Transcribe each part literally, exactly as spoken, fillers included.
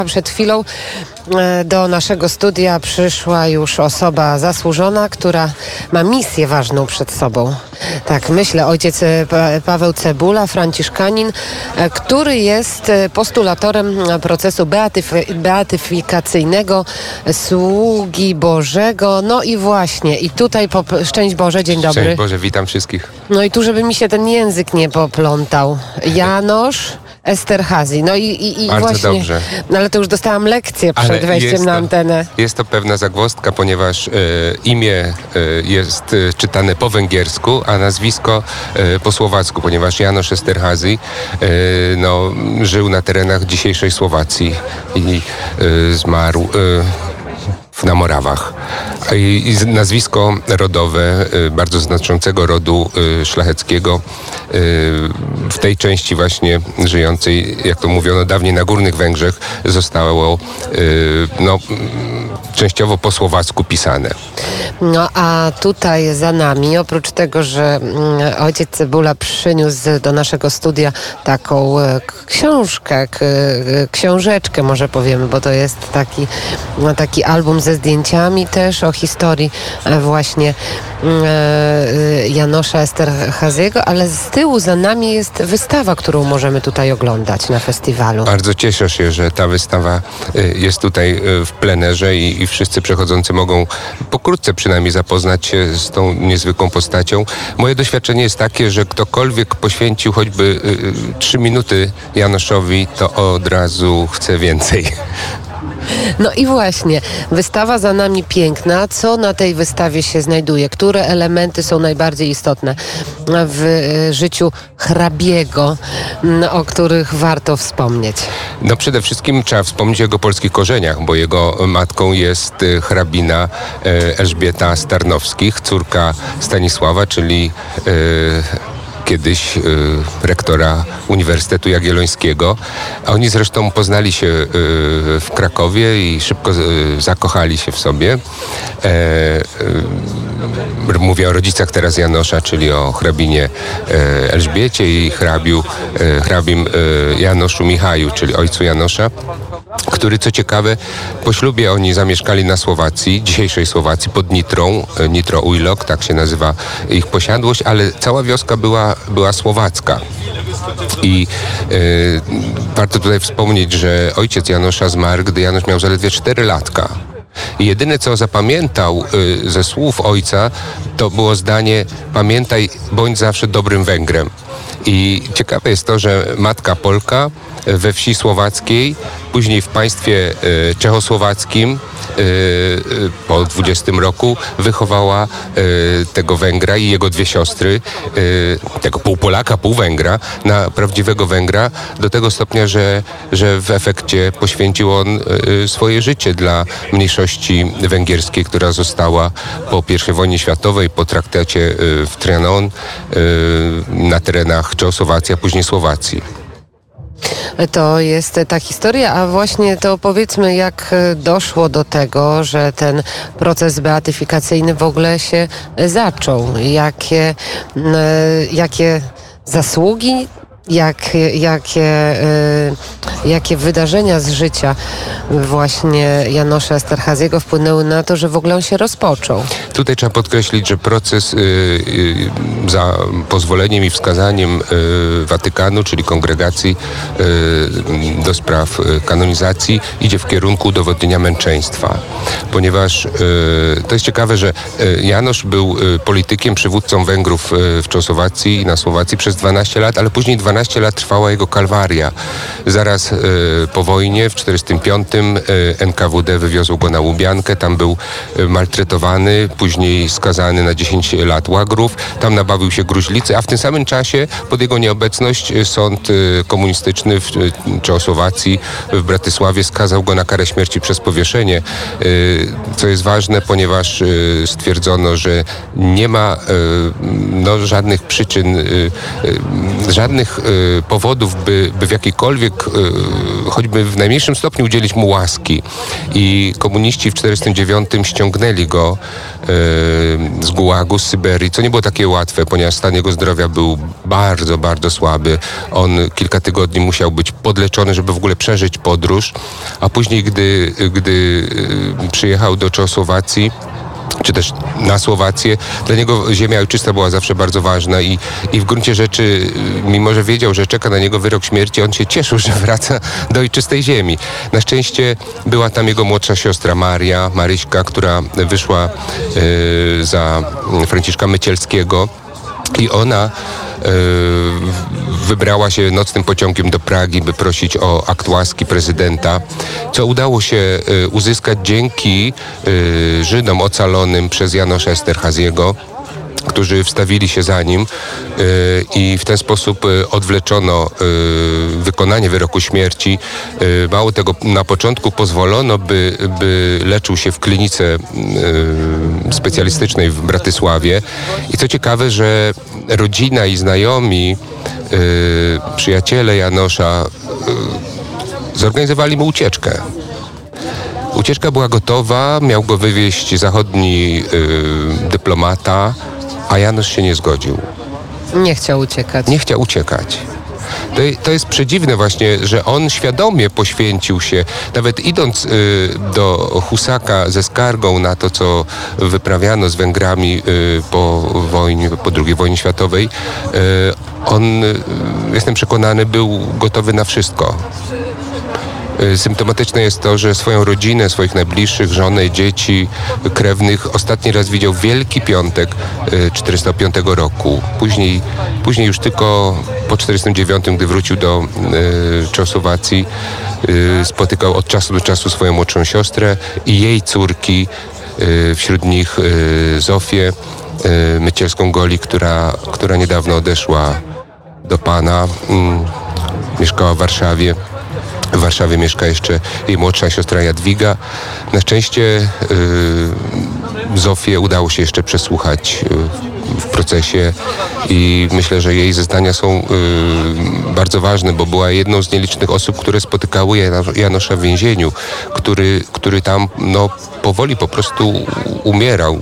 Przed chwilą do naszego studia przyszła już osoba zasłużona, która ma misję ważną przed sobą. Tak, myślę, ojciec Paweł Cebula, franciszkanin, który jest postulatorem procesu beatyf- beatyfikacyjnego sługi Bożego. No i właśnie, i tutaj po... szczęść Boże, dzień dobry. Szczęść Boże, witam wszystkich. No i tu, żeby mi się ten język nie poplątał. Janosz Esterhazy. No i, i, i Bardzo właśnie, dobrze. No ale to już dostałam lekcję przed Ale wejściem jest na to- antenę. Jest to pewna zagwozdka, ponieważ e, imię e, jest e, czytane po węgiersku, a nazwisko e, po słowacku, ponieważ Janosz Esterhazy e, no, żył na terenach dzisiejszej Słowacji i e, zmarł e, na Morawach. I, i z- nazwisko rodowe y, bardzo znaczącego rodu y, szlacheckiego y, w tej części właśnie żyjącej, jak to mówiono dawniej na Górnych Węgrzech, zostało y, no, mm, częściowo po słowacku pisane. No a tutaj za nami, oprócz tego, że mm, ojciec Cebula przyniósł do naszego studia taką e, k- książkę, k- e, książeczkę może powiemy, bo to jest taki, no, taki album ze zdjęciami też o historii e, właśnie mm, e, Janosza Esterhazyego, ale z tyłu za nami jest wystawa, którą możemy tutaj oglądać na festiwalu. Bardzo cieszę się, że ta wystawa y, jest tutaj y, w plenerze i, i wszyscy przechodzący mogą pokrótce przynajmniej zapoznać się z tą niezwykłą postacią. Moje doświadczenie jest takie, że ktokolwiek poświęcił choćby y, y, trzy minuty Janoszowi, to od razu chce więcej. No i właśnie, wystawa za nami piękna. Co na tej wystawie się znajduje? Które elementy są najbardziej istotne w e, życiu hrabiego, m, o których warto wspomnieć? No przede wszystkim trzeba wspomnieć o jego polskich korzeniach, bo jego matką jest y, hrabina y, Elżbieta z Tarnowskich, córka Stanisława, czyli y, kiedyś y, rektora Uniwersytetu Jagiellońskiego. A oni zresztą poznali się y, w Krakowie i szybko y, zakochali się w sobie. E, y, mówię o rodzicach teraz Janosza, czyli o hrabinie e, Elżbiecie i hrabiu, e, hrabim e, Janoszu Michaju, czyli ojcu Janosza, który, co ciekawe, po ślubie oni zamieszkali na Słowacji, dzisiejszej Słowacji, pod Nitrą, e, Nitro Ujlok, tak się nazywa ich posiadłość, ale cała wioska była, była słowacka. I e, warto tutaj wspomnieć, że ojciec Janosza zmarł, gdy Janosz miał zaledwie cztery latka. I jedyne, co zapamiętał y, ze słów ojca, to było zdanie: pamiętaj, bądź zawsze dobrym Węgrem. I ciekawe jest to, że matka Polka we wsi słowackiej, później w państwie y, czechosłowackim y, y, po dwudziestym roku wychowała y, tego Węgra i jego dwie siostry, y, tego pół Polaka, pół Węgra, na prawdziwego Węgra, do tego stopnia, że, że w efekcie poświęcił on y, swoje życie dla mniejszości węgierskiej, która została po pierwszej wojnie światowej, po traktacie y, w Trianon y, na terenach Czechosłowacji, a później Słowacji. To jest ta historia, a właśnie to powiedzmy, jak e, doszło do tego, że ten proces beatyfikacyjny w ogóle się zaczął. Jakie, m, e, jakie zasługi, jak, jakie, e, jakie wydarzenia z życia właśnie Janosza Esterhazyego wpłynęły na to, że w ogóle on się rozpoczął. Tutaj trzeba podkreślić, że proces y, y, za pozwoleniem i wskazaniem y, Watykanu, czyli kongregacji y, do spraw y, kanonizacji, idzie w kierunku udowodnienia męczeństwa. Ponieważ y, to jest ciekawe, że y, Janosz był y, politykiem, przywódcą Węgrów y, w Czechosłowacji i na Słowacji przez dwanaście lat, ale później dwanaście lat trwała jego kalwaria. Zaraz y, po wojnie w czterdziestym piątym y, N K W D wywiozł go na Łubiankę, tam był y, maltretowany, później skazany na dziesięć lat łagrów, tam nabawił się gruźlicy, a w tym samym czasie pod jego nieobecność y, sąd y, komunistyczny w y, Czechosłowacji w Bratysławie skazał go na karę śmierci przez powieszenie, y, co jest ważne, ponieważ y, stwierdzono, że nie ma y, no, żadnych przyczyn, y, y, żadnych y, powodów, by, by w jakiejkolwiek, y, choćby w najmniejszym stopniu udzielić mu łaski. I komuniści w czterdziestym dziewiątym ściągnęli go y, z Gułagu, z Syberii, co nie było takie łatwe, ponieważ stan jego zdrowia był bardzo, bardzo słaby. On kilka tygodni musiał być podleczony, żeby w ogóle przeżyć podróż, a później, gdy, gdy y, przyjechał do Czechosłowacji, czy też na Słowację. Dla niego ziemia ojczysta była zawsze bardzo ważna i, i w gruncie rzeczy, mimo że wiedział, że czeka na niego wyrok śmierci, on się cieszył, że wraca do ojczystej ziemi. Na szczęście była tam jego młodsza siostra Maria, Maryśka, która wyszła y, za Franciszka Mycielskiego i ona wybrała się nocnym pociągiem do Pragi, by prosić o akt łaski prezydenta, co udało się uzyskać dzięki Żydom ocalonym przez Janosza Esterhazyego, którzy wstawili się za nim i w ten sposób odwleczono wykonanie wyroku śmierci. Mało tego, na początku pozwolono, by, by leczył się w klinice specjalistycznej w Bratysławie. I co ciekawe, że rodzina i znajomi, przyjaciele Janosza zorganizowali mu ucieczkę. Ucieczka była gotowa, miał go wywieźć zachodni dyplomata, a Janusz się nie zgodził. Nie chciał uciekać. Nie chciał uciekać. To, to jest przedziwne właśnie, że on świadomie poświęcił się, nawet idąc y, do Husaka ze skargą na to, co wyprawiano z Węgrami y, po wojnie, po drugiej wojnie światowej, y, on, y, jestem przekonany, był gotowy na wszystko. Symptomatyczne jest to, że swoją rodzinę, swoich najbliższych, żonę, dzieci, krewnych ostatni raz widział Wielki Piątek czterysta piątego roku. Później, później już tylko po czterdziestym dziewiątym, gdy wrócił do y, Czechosłowacji, y, spotykał od czasu do czasu swoją młodszą siostrę i jej córki, y, wśród nich y, Zofię y, Mycielską-Goli, która, która niedawno odeszła do Pana, y, mieszkała w Warszawie. W Warszawie mieszka jeszcze jej młodsza siostra Jadwiga. Na szczęście y, Zofię udało się jeszcze przesłuchać y, w procesie i myślę, że jej zeznania są y, bardzo ważne, bo była jedną z nielicznych osób, które spotykały Janosza w więzieniu, który, który tam no, powoli po prostu umierał.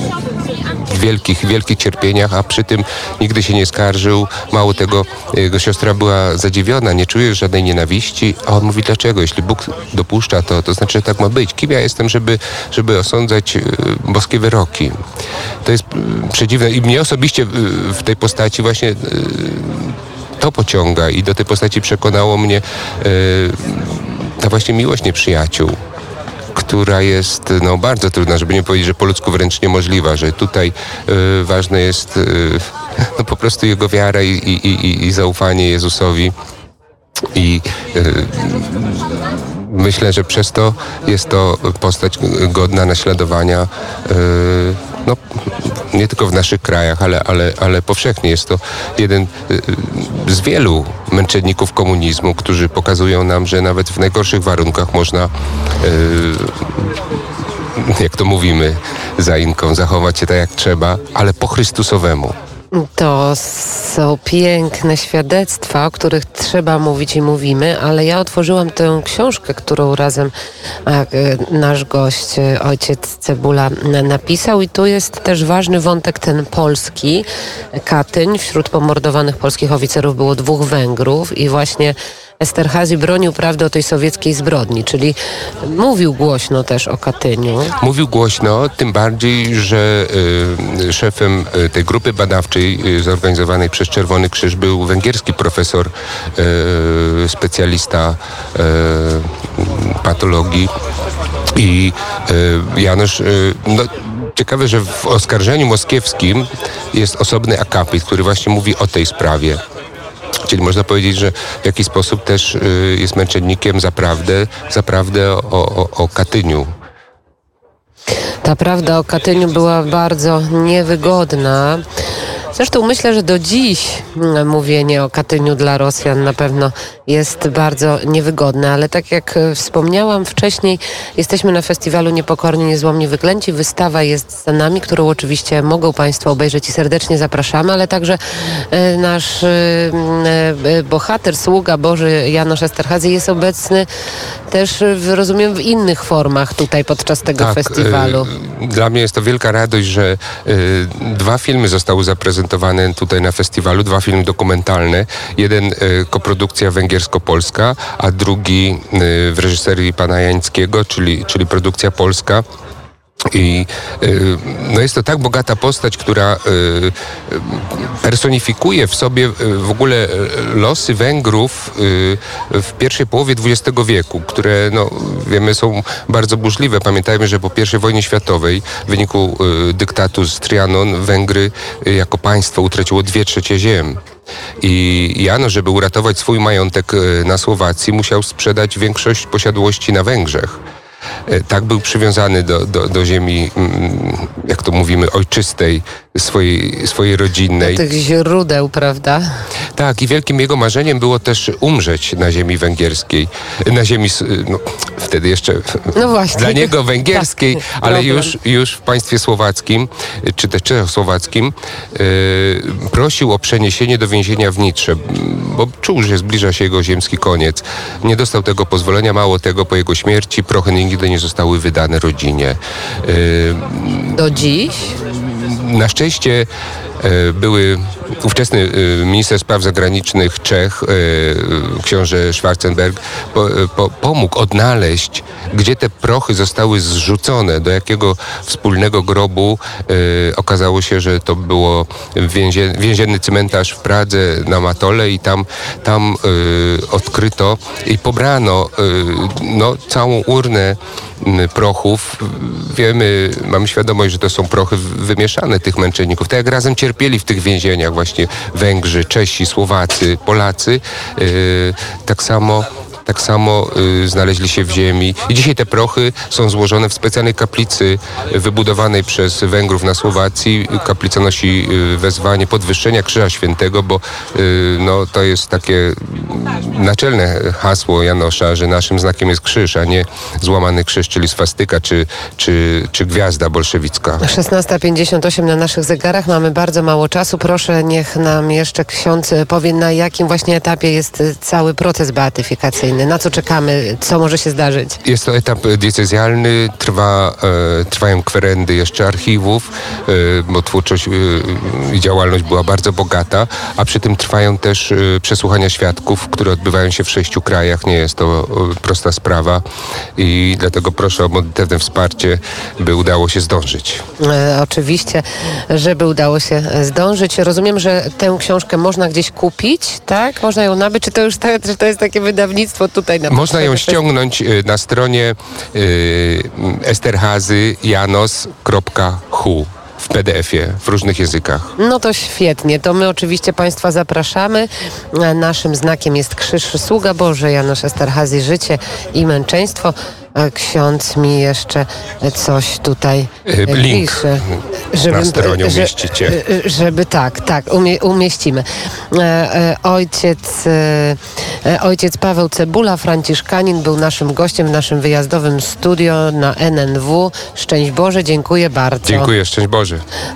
W wielkich, wielkich cierpieniach, a przy tym nigdy się nie skarżył. Mało tego, jego siostra była zadziwiona, nie czuje żadnej nienawiści, a on mówi, dlaczego? Jeśli Bóg dopuszcza, to, to znaczy, że tak ma być. Kim ja jestem, żeby, żeby osądzać boskie wyroki? To jest przedziwne i mnie osobiście w tej postaci właśnie to pociąga i do tej postaci przekonało mnie ta właśnie miłość nieprzyjaciół, która jest no, bardzo trudna, żeby nie powiedzieć, że po ludzku wręcz niemożliwa, że tutaj y, ważne jest y, no, po prostu jego wiara i, i, i, i zaufanie Jezusowi. I y, myślę, że przez to jest to postać godna naśladowania y, no, nie tylko w naszych krajach, ale, ale, ale powszechnie. Jest to jeden y, z wielu męczenników komunizmu, którzy pokazują nam, że nawet w najgorszych warunkach można, y, jak to mówimy za Inką, zachować się tak jak trzeba, ale po Chrystusowemu. To są piękne świadectwa, o których trzeba mówić i mówimy, ale ja otworzyłam tę książkę, którą razem a, nasz gość, ojciec Cebula, napisał i tu jest też ważny wątek ten polski. Katyń, wśród pomordowanych polskich oficerów było dwóch Węgrów i właśnie Esterhazy bronił prawdy o tej sowieckiej zbrodni, czyli mówił głośno też o Katyniu. Mówił głośno, tym bardziej, że y, szefem y, tej grupy badawczej y, zorganizowanej przez Czerwony Krzyż był węgierski profesor, y, specjalista y, patologii i y, Janusz... Y, no, ciekawe, że w oskarżeniu moskiewskim jest osobny akapit, który właśnie mówi o tej sprawie. Czyli można powiedzieć, że w jakiś sposób też y, jest męczennikiem za prawdę, za prawdę o, o, o Katyniu. Ta prawda o Katyniu była bardzo niewygodna. Zresztą myślę, że do dziś mm, mówienie o Katyniu dla Rosjan na pewno jest bardzo niewygodne, ale tak jak e, wspomniałam wcześniej, jesteśmy na festiwalu Niepokorni, Niezłomni, Wyklęci. Wystawa jest za nami, którą oczywiście mogą Państwo obejrzeć i serdecznie zapraszamy, ale także e, nasz e, e, bohater, sługa Boży Janosz Esterhazy jest obecny też, w, rozumiem, w innych formach tutaj podczas tego Tak, festiwalu. y, Dla mnie jest to wielka radość, że y, dwa filmy zostały zaprezentowane tutaj na festiwalu, dwa filmy dokumentalne. Jeden y, koprodukcja węgiersko-polska, a drugi y, w reżyserii pana Jańskiego, czyli, czyli produkcja polska. I y, no jest to tak bogata postać, która y, y, personifikuje w sobie y, w ogóle losy Węgrów y, w pierwszej połowie dwudziestego wieku, które no, wiemy są bardzo burzliwe. Pamiętajmy, że po pierwszej wojnie światowej w wyniku y, dyktatu z Trianon Węgry y, jako państwo utraciło dwie trzecie ziem. I Janosz, żeby uratować swój majątek y, na Słowacji, musiał sprzedać większość posiadłości na Węgrzech. Tak był przywiązany do, do, do ziemi, jak to mówimy, ojczystej, swojej, swojej rodzinnej. Do tych źródeł, prawda? Tak, i wielkim jego marzeniem było też umrzeć na ziemi węgierskiej. Na ziemi, no, wtedy jeszcze no właśnie. dla niego węgierskiej, tak, ale już, już w państwie słowackim, czy też czechosłowackim, yy, prosił o przeniesienie do więzienia w Nitrze, bo czuł, że zbliża się jego ziemski koniec. Nie dostał tego pozwolenia, mało tego, po jego śmierci prochy nigdy nie zostały wydane rodzinie. Yy, Do dziś? Na szczęście e, były ówczesny e, minister spraw zagranicznych Czech, e, książę Schwarzenberg, po, po, pomógł odnaleźć, gdzie te prochy zostały zrzucone, do jakiego wspólnego grobu. E, okazało się, że to było więzie, więzienny cmentarz w Pradze na Matole i tam, tam e, odkryto i pobrano e, no, całą urnę prochów. Wiemy, mamy świadomość, że to są prochy wymieszane tych męczenników. Tak jak razem cierpieli w tych więzieniach właśnie Węgrzy, Czesi, Słowacy, Polacy, yy, tak samo tak samo y, znaleźli się w ziemi. I dzisiaj te prochy są złożone w specjalnej kaplicy wybudowanej przez Węgrów na Słowacji. Kaplica nosi y, wezwanie podwyższenia Krzyża Świętego, bo y, no, to jest takie naczelne hasło Janosza, że naszym znakiem jest krzyż, a nie złamany krzyż, czyli swastyka czy, czy, czy gwiazda bolszewicka. szesnasta pięćdziesiąt osiem na naszych zegarach. Mamy bardzo mało czasu. Proszę, niech nam jeszcze ksiądz powie, na jakim właśnie etapie jest cały proces beatyfikacyjny. Na co czekamy? Co może się zdarzyć? Jest to etap diecezjalny, trwa, e, trwają kwerendy jeszcze archiwów, e, bo twórczość i e, działalność była bardzo bogata, a przy tym trwają też e, przesłuchania świadków, które odbywają się w sześciu krajach. Nie jest to e, prosta sprawa i dlatego proszę o modlitewne wsparcie, by udało się zdążyć. E, oczywiście, żeby udało się zdążyć. Rozumiem, że tę książkę można gdzieś kupić, tak? Można ją nabyć? Czy to już ta, czy to jest takie wydawnictwo tutaj na Można ją ściągnąć na stronie y, esterhazy janos kropka hu w P D F-ie w różnych językach. No to świetnie. To my oczywiście Państwa zapraszamy. Naszym znakiem jest krzyż. Sługa Boży Janosz Esterhazy, życie i męczeństwo. Ksiądz mi jeszcze coś tutaj Link pisze. Żeby, na stronie umieścicie. Żeby, żeby tak, tak, umie, umieścimy. Ojciec, ojciec Paweł Cebula, franciszkanin, był naszym gościem w naszym wyjazdowym studio na N N W. Szczęść Boże, dziękuję bardzo. Dziękuję, szczęść Boże.